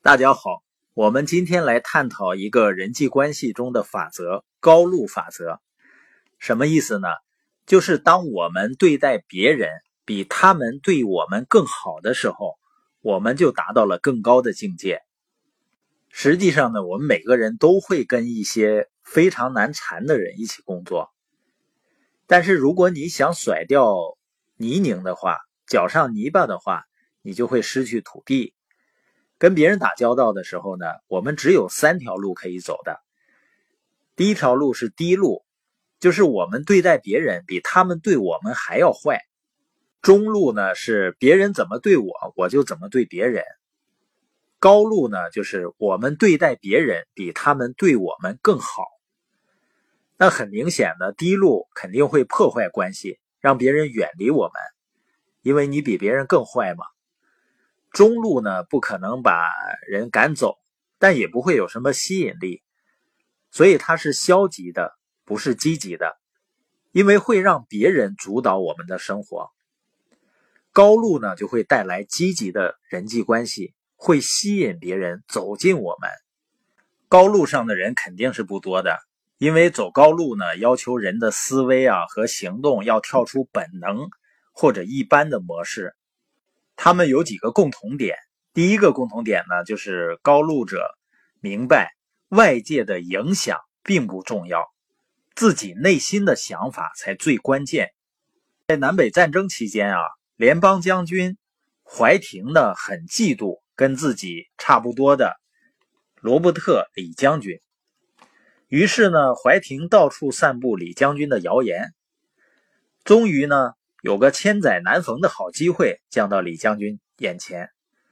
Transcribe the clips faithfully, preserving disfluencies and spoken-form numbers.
大家好，我们今天来探讨一个人际关系中的法则——高路法则。什么意思呢？就是当我们对待别人比他们对我们更好的时候，我们就达到了更高的境界。实际上呢，我们每个人都会跟一些非常难缠的人一起工作。但是如果你想甩掉泥泞的话，脚上泥巴的话，你就会失去土地。跟别人打交道的时候呢，我们只有三条路可以走的。第一条路是低路，就是我们对待别人比他们对我们还要坏。中路呢是别人怎么对我，我就怎么对别人。高路呢就是我们对待别人比他们对我们更好。那很明显的，低路肯定会破坏关系，让别人远离我们，因为你比别人更坏嘛。中路呢，不可能把人赶走，但也不会有什么吸引力，所以它是消极的，不是积极的，因为会让别人主导我们的生活。高路呢，就会带来积极的人际关系，会吸引别人走进我们。高路上的人肯定是不多的，因为走高路呢，要求人的思维啊和行动要跳出本能或者一般的模式。他们有几个共同点，第一个共同点呢，就是高路者明白外界的影响并不重要，自己内心的想法才最关键。在南北战争期间啊，联邦将军怀廷呢很嫉妒跟自己差不多的罗伯特李将军，于是呢，怀廷到处散布李将军的谣言，终于呢有个千载难逢的好机会降到李将军眼前。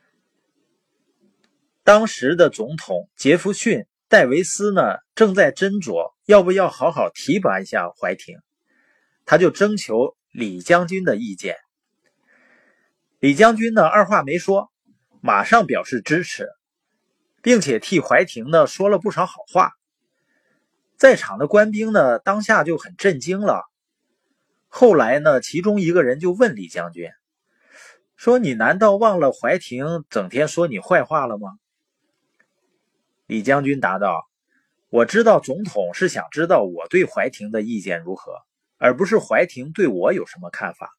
当时的总统杰弗逊戴维斯呢，正在斟酌要不要好好提拔一下怀廷，他就征求李将军的意见。李将军呢，二话没说，马上表示支持，并且替怀廷呢说了不少好话。在场的官兵呢，当下就很震惊了。后来呢，其中一个人就问李将军说：“你难道忘了怀廷整天说你坏话了吗？”李将军答道：“我知道总统是想知道我对怀廷的意见如何，而不是怀廷对我有什么看法。”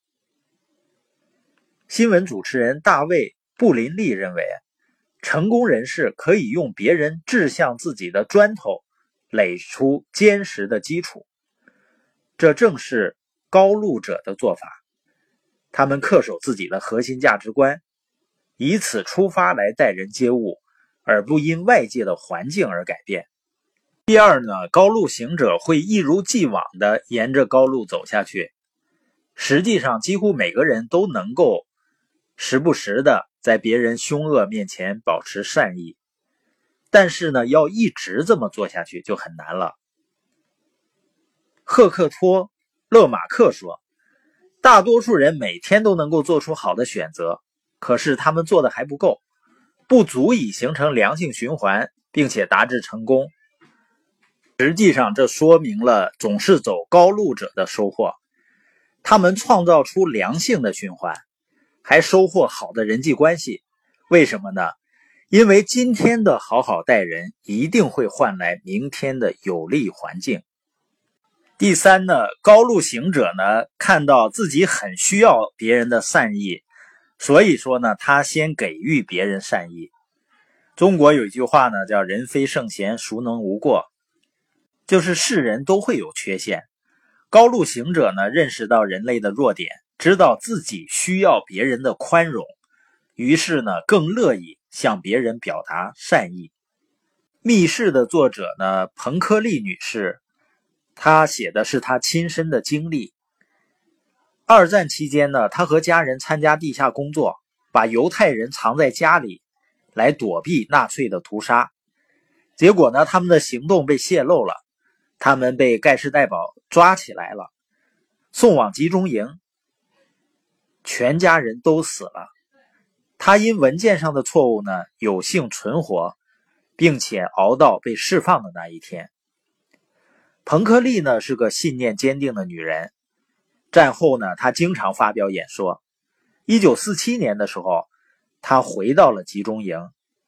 新闻主持人大卫·布林利认为，成功人士可以用别人掷向自己的砖头垒出坚实的基础，这正是高路者的做法。他们恪守自己的核心价值观，以此出发来待人接物，而不因外界的环境而改变。第二呢，高路行者会一如既往地沿着高路走下去。实际上，几乎每个人都能够时不时的在别人凶恶面前保持善意，但是呢，要一直这么做下去就很难了。赫克托·勒马克说，大多数人每天都能够做出好的选择，可是他们做的还不够，不足以形成良性循环，并且达至成功。实际上，这说明了总是走高路者的收获。他们创造出良性的循环，还收获好的人际关系。为什么呢？因为今天的好好待人，一定会换来明天的有利环境。第三呢，高路行者呢，看到自己很需要别人的善意，所以说呢，他先给予别人善意。中国有一句话呢，叫人非圣贤，孰能无过，就是世人都会有缺陷。高路行者呢，认识到人类的弱点，知道自己需要别人的宽容，于是呢，更乐意向别人表达善意。密室的作者呢，彭科利女士，她写的是她亲身的经历。二战期间呢，她和家人参加地下工作，把犹太人藏在家里，来躲避纳粹的屠杀。结果呢，他们的行动被泄露了，他们被盖世太保抓起来了，送往集中营，全家人都死了。他因文件上的错误呢，有幸存活，并且熬到被释放的那一天。彭克利呢，是个信念坚定的女人。战后呢，她经常发表演说。一九四七年的时候，她回到了集中营。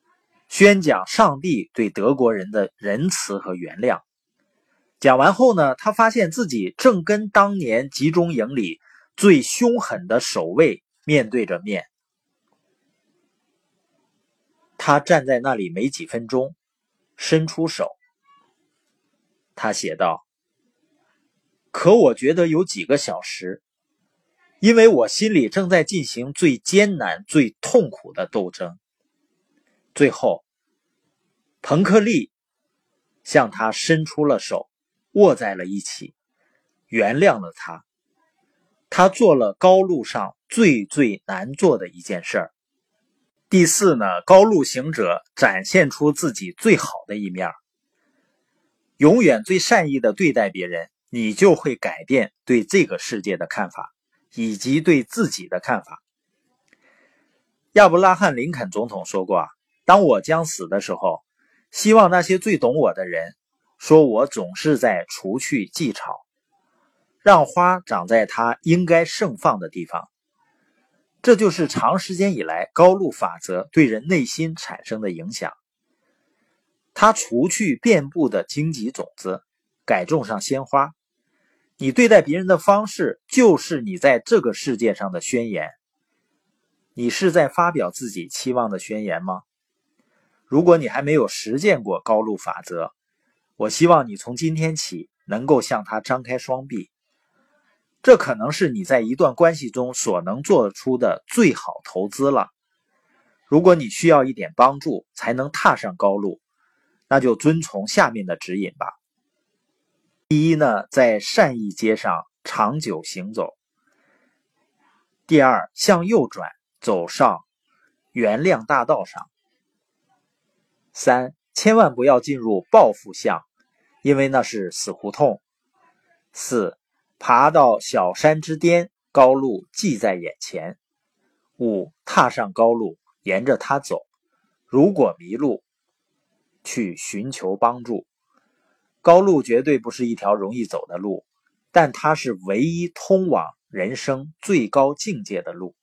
宣讲上帝对德国人的仁慈和原谅。讲完后呢，他发现自己正跟当年集中营里最凶狠的守卫面对着面。他站在那里没几分钟，伸出手。他写道：可我觉得有几个小时，因为我心里正在进行最艰难、最痛苦的斗争。最后，彭克利向他伸出了手，握在了一起，原谅了他。他做了高路上最最难做的一件事儿。第四呢，高路行者展现出自己最好的一面。永远最善意的对待别人，你就会改变对这个世界的看法，以及对自己的看法。亚伯拉罕·林肯总统说过啊，当我将死的时候，希望那些最懂我的人说我总是在除去蓟草，让花长在它应该盛放的地方。这就是长时间以来高路法则对人内心产生的影响。它除去遍布的荆棘种子，改种上鲜花。你对待别人的方式，就是你在这个世界上的宣言。你是在发表自己期望的宣言吗？如果你还没有实践过高路法则，我希望你从今天起能够向它张开双臂。这可能是你在一段关系中所能做出的最好投资了。如果你需要一点帮助才能踏上高路，那就遵从下面的指引吧。第一呢，在善意街上长久行走。第二，向右转，走上原谅大道上。三，千万不要进入报复巷，因为那是死胡同。四，爬到小山之巅，高路即在眼前。五，踏上高路，沿着它走，如果迷路，去寻求帮助。高路绝对不是一条容易走的路，但它是唯一通往人生最高境界的路。